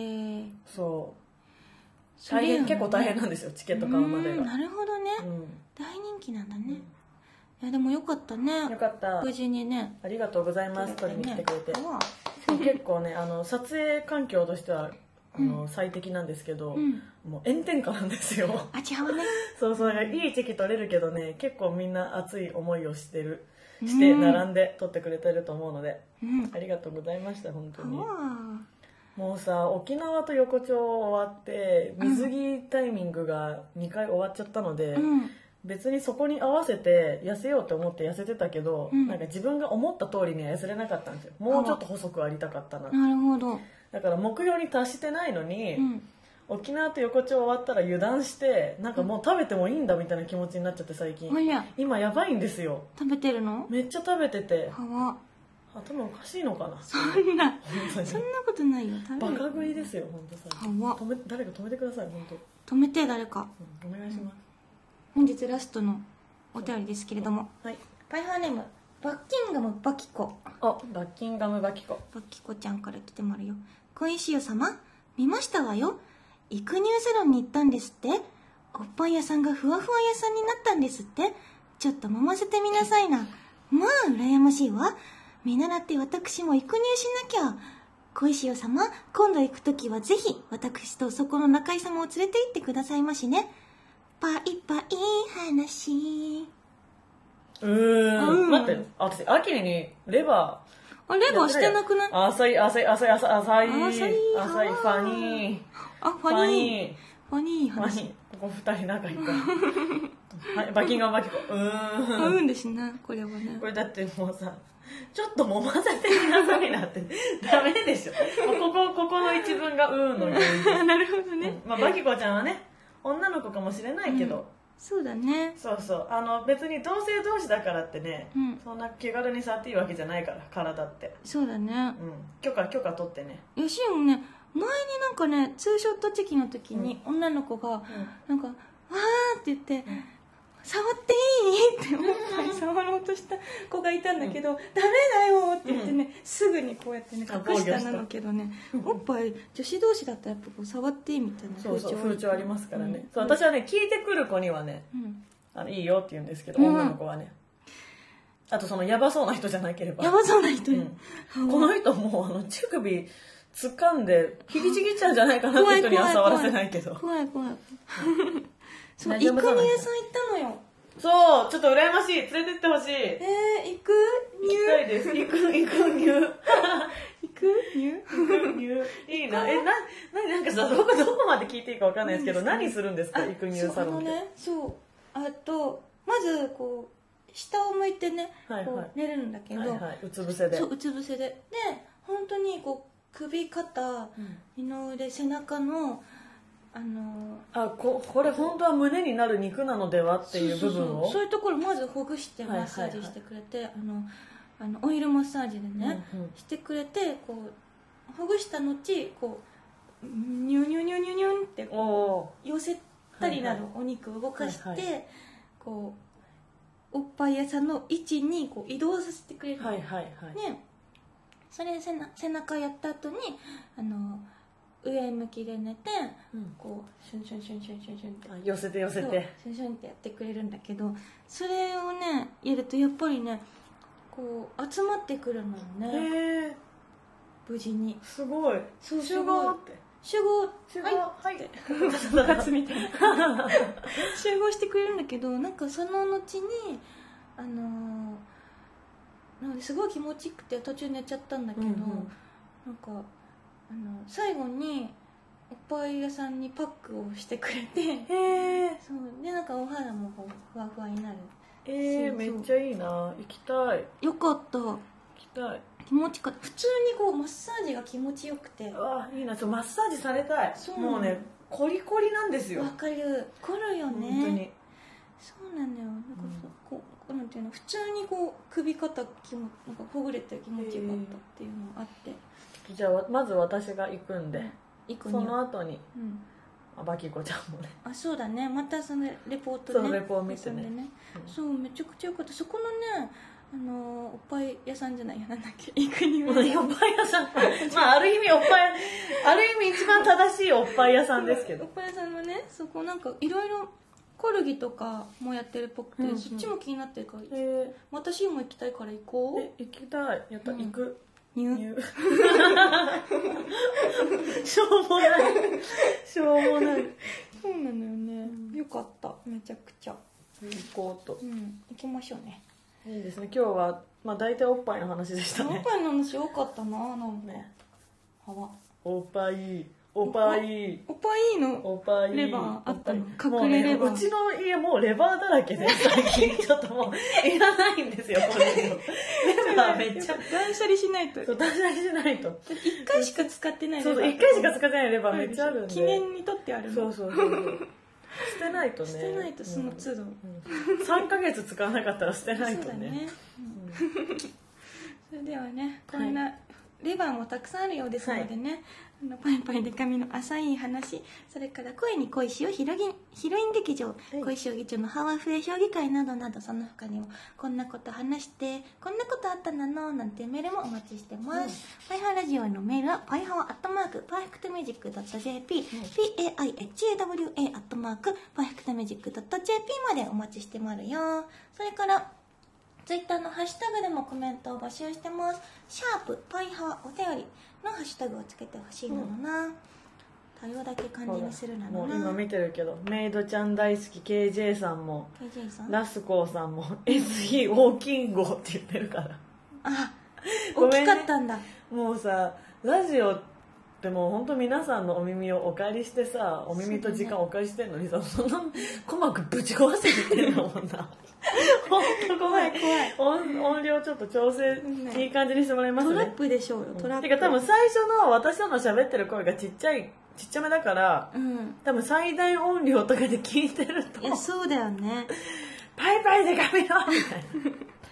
Speaker 1: そう大変、ね、結構大変なんですよチケット買うまでが。
Speaker 2: なるほどね、うん、大人気なんだね、うん、いやでもよかったね。
Speaker 1: よかった
Speaker 2: 無事にね。
Speaker 1: ありがとうございます、取りに来てくれて。結構ねあの撮影環境としてはあの、うん、最適なんですけど、うん、もう炎天下なんですよ。
Speaker 2: あ違うね
Speaker 1: そうそういいチェキ取れるけどね結構みんな熱い思いをしてるして並んで撮ってくれてると思うので、うん、ありがとうございました本当に。もうさ沖縄と横丁終わって水着タイミングがにかい終わっちゃったので、うん、別にそこに合わせて痩せようと思って痩せてたけど、うん、なんか自分が思った通りには痩せれなかったんですよ。もうちょっと細くありたかったな。
Speaker 2: なるほど。
Speaker 1: だから目標に達してないのに、うん、沖縄と横丁終わったら油断してなんかもう食べてもいいんだみたいな気持ちになっちゃって最近、うん、今やばいんですよ。
Speaker 2: 食べてるの？
Speaker 1: めっちゃ食べてて
Speaker 2: は
Speaker 1: 頭おかしいのかな。
Speaker 2: そんなそんなことないよ。
Speaker 1: バカ食いですよ本当さ。止め誰か止めてください本当。
Speaker 2: 止めて誰か、
Speaker 1: うん、お願いします。
Speaker 2: 本日ラストのお便りですけれども、
Speaker 1: はい、
Speaker 2: パイハーネームバッキンガムバキコ。
Speaker 1: あバッキンガムバキコ
Speaker 2: バキコちゃんから来てもらうよ。小石よ様見ましたわよ。育乳サロンに行ったんですって。おっぱい屋さんがふわふわ屋さんになったんですって。ちょっと揉ませてみなさいな。まあ羨ましいわ。見習って私も育乳しなきゃ。小石よ様今度行くときはぜひ私とそこの中井様を連れて行ってくださいましね。パイパイ話。
Speaker 1: うーん、うん、待って私秋にレバ
Speaker 2: ーあレバーしてなくない？
Speaker 1: 浅い浅い浅い浅い浅い
Speaker 2: 浅い
Speaker 1: 浅いファニー
Speaker 2: あファニーファニー
Speaker 1: ファニーここ二人仲いいからはいバキンガムバキコうーん
Speaker 2: うんですなこれはね。
Speaker 1: これだってもうさちょっと揉ませてみなさいなってダメでしょ。ここここの一文がうーんの原因です。
Speaker 2: なるほどね、
Speaker 1: うんまあ、バキコちゃんはね女の子かもしれないけど、うん、
Speaker 2: そうだね。
Speaker 1: そうそうあの別に同性同士だからってね、うん、そんな気軽に触っていいわけじゃないから体って。
Speaker 2: そうだね、
Speaker 1: うん、許可許可取ってね。
Speaker 2: よしもね前になんかねツーショットチェキの時に女の子がなんか、わーって言って、うん、触っていいって思った触ろうとした子がいたんだけど、うん、ダメだよって言ってね、うん、すぐにこうやってね隠したなのけどね、おっぱい女子同士だったらやっぱこう触っていいみたいな風潮、
Speaker 1: そうそう風潮ありますからね、うん、そう私はね聞いてくる子にはね、うん、あのいいよって言うんですけど、女の子はね、あとそのヤバそうな人じゃなければ、
Speaker 2: ヤバそうな人、うん
Speaker 1: うん、この人もうあの乳首掴んで引きちぎっちゃうんじゃないかなって人には触らせないけど、
Speaker 2: 怖い怖いそう、育乳屋さん行ったのよ。
Speaker 1: そう、ちょっと羨ましい。連れてってほしい。
Speaker 2: えー、育乳
Speaker 1: 行きたいです。育、育乳。育乳
Speaker 2: 育
Speaker 1: 乳いいな。え、な、な、なんかさ、どこ、どこまで聞いていいかわかんないですけど、何するんですか、育乳サロンって。そう、あの
Speaker 2: ね、そう。あと、まず、こう、下を向いてね、
Speaker 1: はいはい、
Speaker 2: こう寝るんだけど、はい
Speaker 1: はい、うつ伏せで。
Speaker 2: そう、うつ伏せで。で、本当に、こう、首、肩、二の腕、背中の、あのー、
Speaker 1: あ こ, これ本当は胸になる肉なのではっていう部分を、
Speaker 2: そうそうそう、そういうところまずほぐしてマッサージしてくれて、はいはいはい、あのあのオイルマッサージでね、うんうん、してくれて、こうほぐした後こうニュニュニュニュニュンってこう寄せたりなるお肉を動かして、はいはい、こうおっぱい屋さんの位置にこう移動させてくれる、
Speaker 1: はいはいはい、
Speaker 2: ね、それで背, 背中やった後にあの上向きで寝て、うん、こうシュンシュンシュンシュンシュンシュンって
Speaker 1: 寄せて寄せて
Speaker 2: シュンシュンってやってくれるんだけど、それをねやるとやっぱりねこう集まってくるのよね。
Speaker 1: へー、
Speaker 2: 無事に
Speaker 1: すごい。
Speaker 2: そう
Speaker 1: 集合って
Speaker 2: 集合
Speaker 1: 集合はいって
Speaker 2: 部活みたいな集合してくれるんだけど、なんかその後にあのー、なのですごい気持ちよくて途中寝ちゃったんだけど、うんうん、なんかあの最後におっぱい屋さんにパックをしてくれて、
Speaker 1: へー、
Speaker 2: そうでなんかお肌もふわふわになる。
Speaker 1: えー、めっちゃいいな、行きたい。
Speaker 2: よかった、
Speaker 1: 行きたい。
Speaker 2: 気持ちか普通にこうマッサージが気持ちよくて、
Speaker 1: あいいな、ちょマッサージされたい。そうもうねコリコリなんですよ。
Speaker 2: わかる、凝るよね
Speaker 1: 本当に。
Speaker 2: そうなんだよ。なんかそう、うん、こうなんていうの、普通にこう首肩気もなんかほぐれて気持ちよかったっていうのがあって、
Speaker 1: えー、じゃあまず私が行くんで、
Speaker 2: 行く
Speaker 1: その後に、
Speaker 2: うん、
Speaker 1: あバキコちゃんもね。あ
Speaker 2: そうだね、またそのレポート
Speaker 1: ね、そうレポを見てね、
Speaker 2: ね、うん、そうめちゃくちゃよかった。そこのねあのおっぱい屋さんじゃないや、なんだっけ、育乳
Speaker 1: おっぱい屋さんまあある意味おっぱいある意味一番正しいおっぱい屋さんですけど、
Speaker 2: おっぱい屋さんのね、そこなんかいろいろコルギとかもやってるっぽくて、うんうん、そっちも気になってるから、えー、私も行きたいから行こう。
Speaker 1: え行きたい、やった、うん、行く
Speaker 2: 入
Speaker 1: しょうもないしょうもない
Speaker 2: そうなのよね、うん、よかった、めちゃくちゃ
Speaker 1: 行こうと、
Speaker 2: うん、行きましょうね。
Speaker 1: いいですね。今日はまあ大体おっぱいの話でしたね。
Speaker 2: おっぱいの話多かったな、なんかね。
Speaker 1: おっぱいおっぱい
Speaker 2: おっぱいの
Speaker 1: おっぱい
Speaker 2: レバーあったの、隠れレバー、
Speaker 1: ね、うちの家もうレバーだらけで最近ちょっともういらないんですよこれレバーめっちゃ
Speaker 2: 断捨離しないと。
Speaker 1: そう断捨離しないと。
Speaker 2: いっかいしか使ってない
Speaker 1: レバー、そうそういっかいしか使ってないレバーめっちゃあるんで、
Speaker 2: 記念にとってあるの。
Speaker 1: そうそうそうそう捨てないとね、
Speaker 2: 捨てないとその都度、
Speaker 1: うん、さんかげつ使わなかったら捨てないとね。そうだね、
Speaker 2: うん、それではね、こんなレバーもたくさんあるようですのでね、はい、あのパイパイデカミの浅い話、それから声に恋しをヒロギンヒロイン劇場、はい、恋将棋長のハワフエ評議会などなど、その他にもこんなこと話してこんなことあったなのなんてメールもお待ちしてます、うん、パイハワラジオへのメールはパイハワアットマークパーフェクトミュージックドット ジェーピー、うん、パイハワアットマークパーフェクトミュージックドット ジェーピー までお待ちしてまるよ。それからツイッターのハッシュタグでもコメントを募集してます。シャープパイハワお便りのハッシュタグをつけてほしいなのな、うん、多様だけ漢字にするなのな。
Speaker 1: もう今見てるけど、メイドちゃん大好き ケージェー さんも
Speaker 2: ケージェー さん、
Speaker 1: ラスコーさんも エスイー 大きんごって言ってるから、
Speaker 2: あ大きかったんだ、
Speaker 1: ね、もうさラジオでも本当皆さんのお耳をお借りしてさ、お耳と時間をお借りしてんのにさ、そんな鼓膜ぶち壊せてるんだもんな本当怖い怖い。 音, 音量ちょっと調整、ね、いい感じにしてもらいますね。
Speaker 2: トラップでしょうよ、トラップ。
Speaker 1: てか多分最初の私との喋ってる声がちっちゃいちっちゃめだから、うん、多分最大音量とかで聞いてると、
Speaker 2: いやそうだよね、
Speaker 1: パイパイでかみよみたいな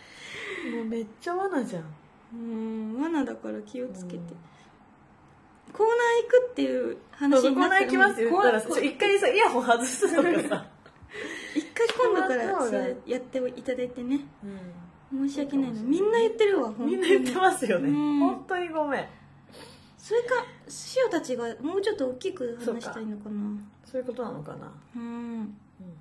Speaker 1: もうめっちゃ罠じゃん。
Speaker 2: うん、罠だから気をつけて、うん、 コーナー行くっていう話
Speaker 1: そうコー
Speaker 2: になったら
Speaker 1: ナー行きますよ言ったらさ
Speaker 2: こう
Speaker 1: 一回さイヤホン外すとかさ
Speaker 2: 一回今度から
Speaker 1: そうだね
Speaker 2: そうやっていただいてね、
Speaker 1: う
Speaker 2: 申し訳ないのみんな言ってるわ本当に
Speaker 1: んみんな言ってますよね
Speaker 2: うん
Speaker 1: 本当にごめん
Speaker 2: それか塩たちがもうちょっと大きく話したいのかな
Speaker 1: そういうことなのかな
Speaker 2: うん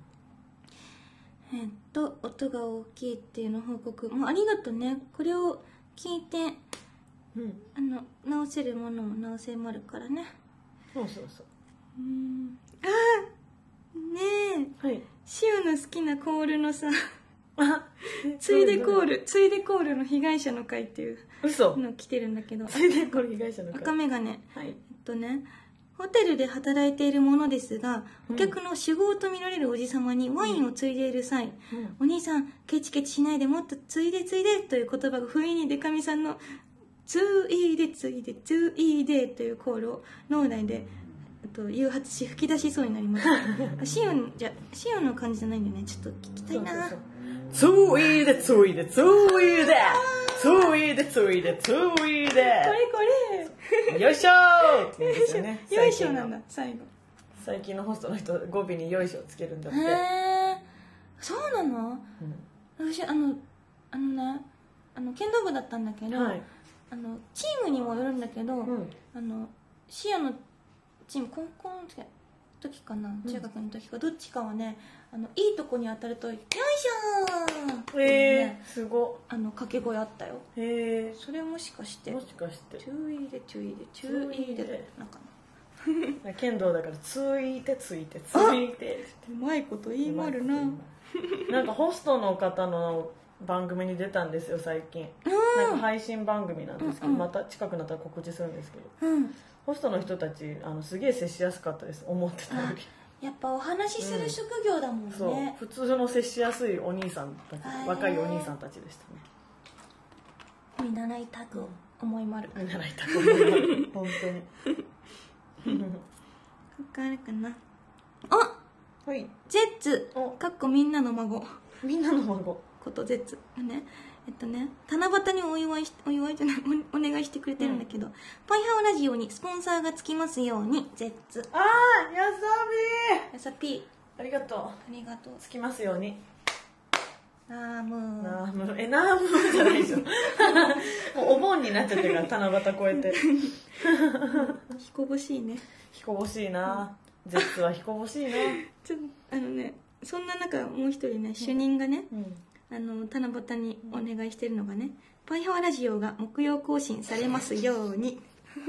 Speaker 2: えっと音が大きいっていうの報告もうありがとうねこれを聞いて
Speaker 1: うん
Speaker 2: あの直せるものも直せまるからね
Speaker 1: そうそうそう
Speaker 2: うんあーねえ
Speaker 1: はい
Speaker 2: 塩の好きなコールのさ
Speaker 1: あ
Speaker 2: ついでコールついでコールの被害者の会っていう
Speaker 1: 嘘
Speaker 2: の来てるんだけど
Speaker 1: それでこれ被害者の会
Speaker 2: 赤眼鏡
Speaker 1: はい
Speaker 2: えっとねホテルで働いているものですがお客の酒豪と見られるおじさまにワインをついでいる際、
Speaker 1: うん
Speaker 2: お兄さんケチケチしないでもっとついでついでという言葉が不意にデカミさんのついでついでついでというコールを脳内でえっと誘発し吹き出しそうになりましたシオンじゃシオンの感じじゃないんだよねちょっと聞きたいな
Speaker 1: ついでついでついでついでついでついで
Speaker 2: これこれ
Speaker 1: よいしょーって言うんですよね
Speaker 2: よいしょなんだ最後
Speaker 1: 最近のホストの人語尾によいしょつけるんだって、
Speaker 2: へえそうなの
Speaker 1: うん
Speaker 2: 私あのあのねあの剣道部だったんだけど、
Speaker 1: はい
Speaker 2: あのチームにもよるんだけど、
Speaker 1: うん
Speaker 2: あのシアのチーム高校の時かな中学の時かどっちかはねあのいいとこに当たると「よいしょー!」っていう
Speaker 1: へ
Speaker 2: ね
Speaker 1: えー、すご
Speaker 2: あの掛け声あったよ
Speaker 1: へえ
Speaker 2: それもしかして
Speaker 1: もしかして
Speaker 2: 注意で注意で注意でなんか
Speaker 1: 剣道だからついてついてついて
Speaker 2: うまいこと言いまるな
Speaker 1: なんかホストの方の番組に出たんですよ最近なんか配信番組なんですけど、
Speaker 2: うんうん
Speaker 1: また近くなったら告知するんですけど
Speaker 2: うん
Speaker 1: ホストの人たちあのすげえ接しやすかったです思ってたより
Speaker 2: やっぱお話しする職業だもんね、
Speaker 1: そう普通の接しやすいお兄さんたち
Speaker 2: へー
Speaker 1: 若いお兄さんたちでしたね
Speaker 2: 見習いたく思いまる
Speaker 1: 見習いたく思います本当に
Speaker 2: わかるかなあ
Speaker 1: はい
Speaker 2: ゼッツ
Speaker 1: お
Speaker 2: かっこみんなの孫
Speaker 1: みんなの孫
Speaker 2: ことゼッツがねえっとね七夕にお祝いしお祝いじゃないおお願いしてくれてるんだけど、パイハワラジオにスポンサーがつきますようにゼッツ
Speaker 1: あーやさび
Speaker 2: やさぴー
Speaker 1: ありがとう
Speaker 2: ありがとう
Speaker 1: つきますように
Speaker 2: あーもう
Speaker 1: ナームえナームじゃないでしょもうお盆になっちゃってるから七夕超えて
Speaker 2: 彦星いね
Speaker 1: 彦星いなゼッツは彦星いな
Speaker 2: ちょっとあのねそんな中もう一人ね主任がね、
Speaker 1: うん
Speaker 2: あの七夕にお願いしてるのがねパイハワラジオが木曜更新されますように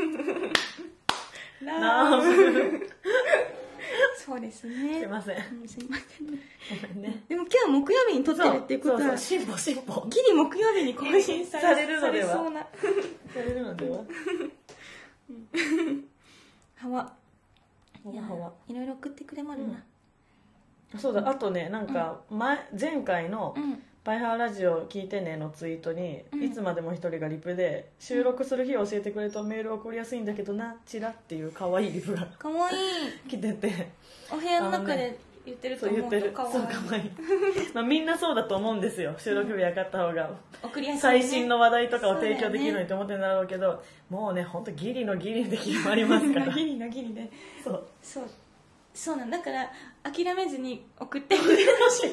Speaker 1: ナーム
Speaker 2: そうです
Speaker 1: す
Speaker 2: ね
Speaker 1: いません
Speaker 2: うんすいませんね
Speaker 1: ごめんね
Speaker 2: でも今日は木曜日に撮ってるっていうことは
Speaker 1: そうそう進歩進歩
Speaker 2: ギリ木曜日に更新され
Speaker 1: されるのでは
Speaker 2: されそうな
Speaker 1: されるのでは
Speaker 2: ハワいや
Speaker 1: ハワ
Speaker 2: いろいろ送ってくれまるな
Speaker 1: そうだあとねなんか前前回の
Speaker 2: うん
Speaker 1: 「パイハーラジオ聞いてね」のツイートに、
Speaker 2: うん
Speaker 1: いつまでも一人がリプで収録する日を教えてくれるとメール送りやすいんだけどなチラっていう可愛いリプが
Speaker 2: かわいい
Speaker 1: 来てて
Speaker 2: お部屋の中で言ってると思う
Speaker 1: そう言ってる
Speaker 2: とかわいい
Speaker 1: そう可愛いまあみんなそうだと思うんですよ収録日分かった方が
Speaker 2: 送りやすい、ね、
Speaker 1: 最新の話題とかを提供できるの
Speaker 2: そうだよね
Speaker 1: にと思ってるんだろうけどもうね本当ギリのギリで決まりますから
Speaker 2: ギリのギリで
Speaker 1: そう
Speaker 2: そうそうなんだから諦めずに送ってみてほしい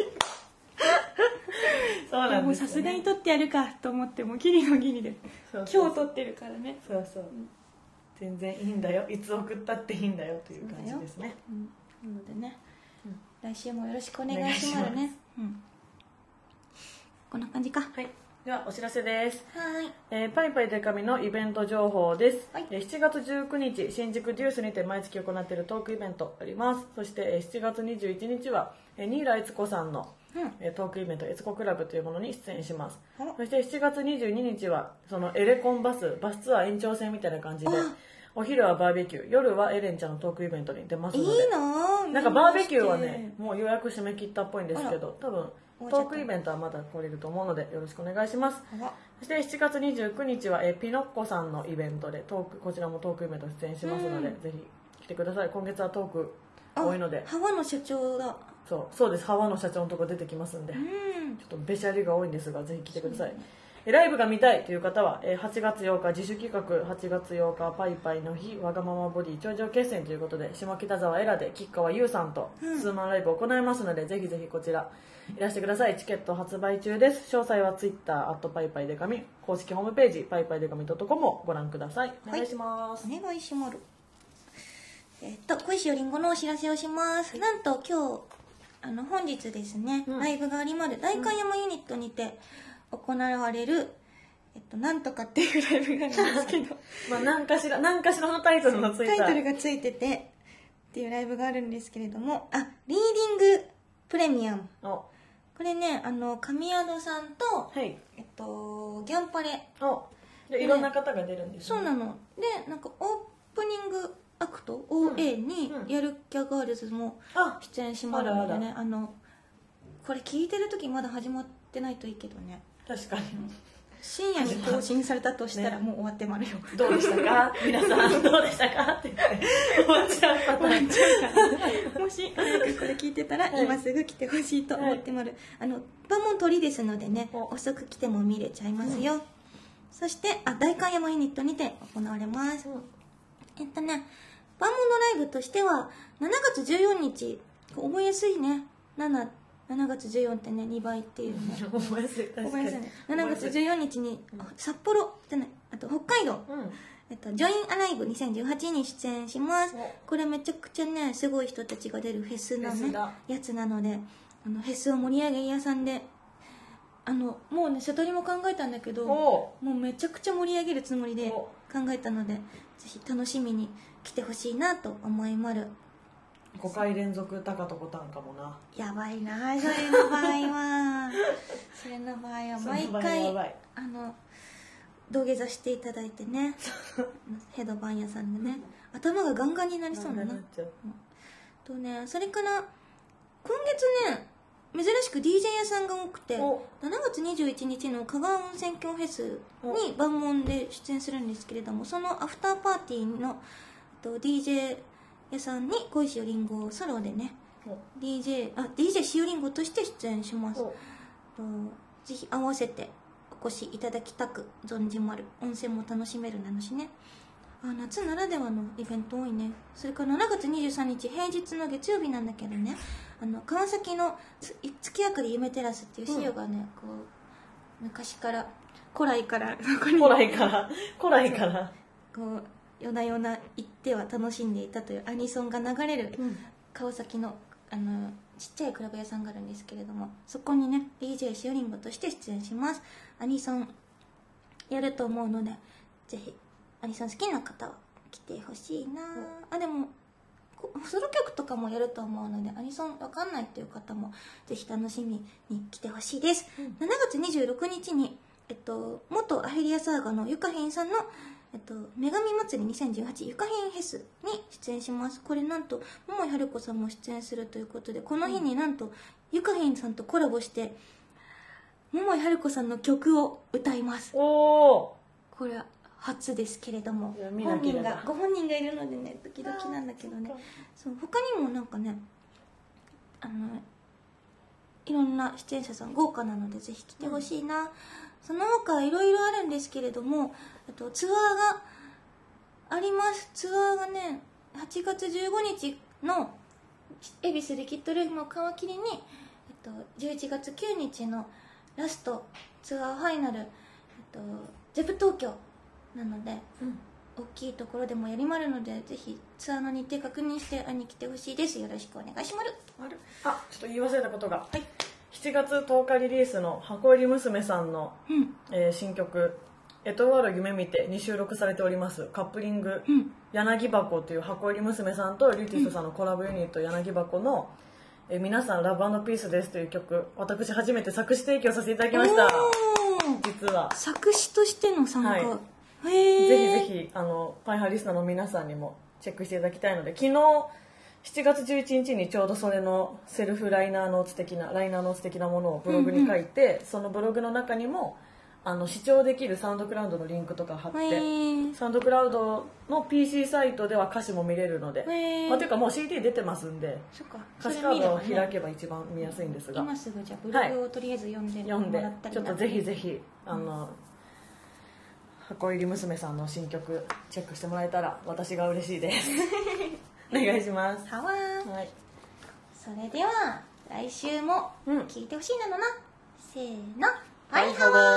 Speaker 1: そうなんですよ、ね、
Speaker 2: もうさすがに撮ってやるかと思ってもギリのギリで
Speaker 1: そうそう
Speaker 2: 今日撮ってるからね
Speaker 1: そうそう、全然いいんだよいつ送ったっていいんだよという感じですね
Speaker 2: うんなのでね、
Speaker 1: うん
Speaker 2: 来週もよろしくお願いしますねうんこんな感じかは
Speaker 1: はいではお知らせです、
Speaker 2: ーい
Speaker 1: えーパイパイデカミのイベント情報です、
Speaker 2: はい
Speaker 1: えーしちがつじゅうくにち新宿デュースにて毎月行っているトークイベントありますそして、えーしちがつにじゅういちにちは、えー、新浦悦子さんの、
Speaker 2: うん
Speaker 1: えートークイベント悦子クラブというものに出演します
Speaker 2: あら
Speaker 1: そしてしちがつにじゅうににちはそのエレコンバスバスツアー延長戦みたいな感じで
Speaker 2: あ
Speaker 1: お昼はバーベキュー夜はエレンちゃんのトークイベントに出ます
Speaker 2: い
Speaker 1: ので
Speaker 2: いなぁ
Speaker 1: なんかバーベキューはねもう予約締め切ったっぽいんですけど多分
Speaker 2: 終わっちゃった
Speaker 1: トークイベントはまだ来れると思うのでよろしくお願いします
Speaker 2: あら
Speaker 1: そしてしちがつにじゅうくにちはえピノッコさんのイベントでトークこちらもトークイベント出演しますので、
Speaker 2: うん
Speaker 1: ぜひ来てください今月はトーク多いので
Speaker 2: ハワの社長だ
Speaker 1: そうそうですハワの社長のとこ出てきますんで、
Speaker 2: う
Speaker 1: ちょ
Speaker 2: ん
Speaker 1: っとべしゃりが多いんですがぜひ来てください、 えライブが見たいという方は、えーはちがつようか自主企画はちがつようかパイパイの日わがままボディ頂上決戦ということで下北沢エラで吉川優さんとツーマンライブを行いますので、ぜひぜひこちらいらしてください。チケット発売中です。詳細はツイッターアットパイパイデカミ公式ホームページパイパイデカミ .com をご覧ください。お願いします。
Speaker 2: お願いします。えっと、小石よりんごのお知らせをします。なんと今日、あの、本日ですね、
Speaker 1: うん
Speaker 2: ライブがありまる代官山ユニットにて行われる、えっと、なんとかっていうライブがあるんですけど、
Speaker 1: まあ何かしら何かしらのタイトルのついた
Speaker 2: タイトルがついてて、っていうライブがあるんですけれども、あ、リーディングプレミアム。
Speaker 1: お
Speaker 2: これね、あの、神宿さんと、
Speaker 1: はい
Speaker 2: えっと、ギャンパレ。
Speaker 1: おでいろんな方が出るんですね。
Speaker 2: そうなの。で、なんかオープニングアクト オーエー に
Speaker 1: うん
Speaker 2: やるキャガールズも
Speaker 1: あ
Speaker 2: 出演しまるのでね、
Speaker 1: あら
Speaker 2: あの、これ聞いてる時まだ始まってないといいけどね。
Speaker 1: 確かに
Speaker 2: 深夜に更新されたとしたらもう終わってまるよ。
Speaker 1: どうでしたか皆さんどうでしたかって言って終わっちゃうパターン。
Speaker 2: もし早くこれ聞いてたら、
Speaker 1: はい
Speaker 2: 今すぐ来てほしいと思ってまる、あの場も鳥ですのでね、
Speaker 1: お
Speaker 2: 遅く来ても見れちゃいますよ、そしてあ代官山ユニットにて行われます、えっとねバーモンドライブとしてはしちがつじゅうよっか覚えやすいね。なな、しちがつじゅうよっかってねにばいっていうね
Speaker 1: 覚えやすい確かに
Speaker 2: 覚えやすいね。しちがつじゅうよっかに札幌じゃない、あと北海道、
Speaker 1: うん
Speaker 2: えっと、ジョインアライブにせんじゅうはちに出演します
Speaker 1: お。
Speaker 2: これめちゃくちゃねすごい人たちが出るフェスのね
Speaker 1: フェスだ
Speaker 2: やつなので、あのフェスを盛り上げ屋さんで、あのもうね瀬戸りも考えたんだけど、も
Speaker 1: お
Speaker 2: うめちゃくちゃ盛り上げるつもりで
Speaker 1: お
Speaker 2: 考えたので、ぜひ楽しみに来てほしいなと思いまる。
Speaker 1: ごかい連続高とボタンかもな。
Speaker 2: やばいなそれの場合はそれの場合は毎
Speaker 1: その場合は
Speaker 2: 回
Speaker 1: やばい
Speaker 2: あの土下座していただいてねヘドバン屋さんでね頭がガンガンになりそうだな。
Speaker 1: っちゃう
Speaker 2: とね、それから今月ね珍しく ディージェー 屋さんが多くて
Speaker 1: お
Speaker 2: しちがつにじゅういちにちの香川温泉郷フェスに万門で出演するんですけれども、そのアフターパーティーのえっと ディージェー 屋さんに小石よりんごソロでね
Speaker 1: お
Speaker 2: ディージェー あ ディージェー しおりんごとして出演します。
Speaker 1: お
Speaker 2: とぜひ合わせてお越しいただきたく存じまる。温泉も楽しめるなのしね。あ夏ならではのイベント多いね。それからしちがつにじゅうさんにち平日の月曜日なんだけどね、あの川崎のつ月明かり夢テラスっていう資料がね、こう昔から古来からそこに
Speaker 1: 古来から古来から
Speaker 2: こう夜な夜な行っては楽しんでいたというアニソンが流れる
Speaker 1: うん
Speaker 2: 川崎のあのちっちゃいクラブ屋さんがあるんですけれども、そこにね ディージェー しおりんごとして出演します。アニソンやると思うので、ぜひアニソン好きな方は来てほしいな、あでもこソロ曲とかもやると思うので、アニソンわかんないっていう方もぜひ楽しみに来てほしいです、
Speaker 1: うん
Speaker 2: しちがつにじゅうろくにちに、えっと、元アヘリアサーガのゆかひんさんのえっと、女神祭りにせんじゅうはちゆかひんフェスに出演します。これなんと桃井春子さんも出演するということで、この日になんとゆかひんさんとコラボして桃井春子さんの曲を歌います。
Speaker 1: おお
Speaker 2: これは初ですけれども、
Speaker 1: いや見な
Speaker 2: 本人
Speaker 1: ければ
Speaker 2: がご本人がいるのでねドキドキなんだけどね。そう他にもなんかねあのいろんな出演者さん豪華なのでぜひ来てほしいな、うん、その他いろいろあるんですけれども、あとツアーがあります。ツアーがねはちがつじゅうごにちの恵比寿リキッドルームを皮切りに、えっと、じゅういちがつくにちのラストツアーファイナル、えっと、ゼブ東京なので、
Speaker 1: うん、
Speaker 2: 大きいところでもやりまるので、ぜひツアーの日程確認して会いに来てほしいです。よろしくお願いします。
Speaker 1: あちょっと言い忘れたことが、はい、しちがつとおかリリースの箱入り娘さんの、
Speaker 2: うん
Speaker 1: えー新曲「エトワール夢見て」に収録されておりますカップリング、
Speaker 2: うん
Speaker 1: 柳箱という箱入り娘さんとリューティストさんのコラボユニット、柳箱の、えー皆さんラブ&ピースですという曲、私初めて作詞提供させていただきました。
Speaker 2: おー
Speaker 1: 実は
Speaker 2: 作詞としての参加、
Speaker 1: はい
Speaker 2: へー
Speaker 1: ぜひぜひあのパイハーリスナーの皆さんにもチェックしていただきたいので、昨日しちがつじゅういちにちにちょうどそれのセルフライナーノーツ的なライナーノーツ的なものをブログに書いて、うんうん、そのブログの中にもあの視聴できるサウンドクラウドのリンクとか貼って、
Speaker 2: へー
Speaker 1: サウンドクラウドの ピーシー サイトでは歌詞も見れるので、
Speaker 2: へー
Speaker 1: まあ、というかもう シーディー 出てますんで、
Speaker 2: そっか
Speaker 1: 歌詞カードを
Speaker 2: それ見ればね
Speaker 1: 開けば一番見やすいんですが、
Speaker 2: 今すぐじゃあブログをとりあえず読んで
Speaker 1: 読んで
Speaker 2: もらったり
Speaker 1: ちょっとぜひぜひあの、箱入り娘さんの新曲チェックしてもらえたら私が嬉しいですお願いします。
Speaker 2: はわー
Speaker 1: はい、
Speaker 2: それでは来週も
Speaker 1: うん
Speaker 2: 聞いてほしいなのな、せーの、
Speaker 1: バイハワー。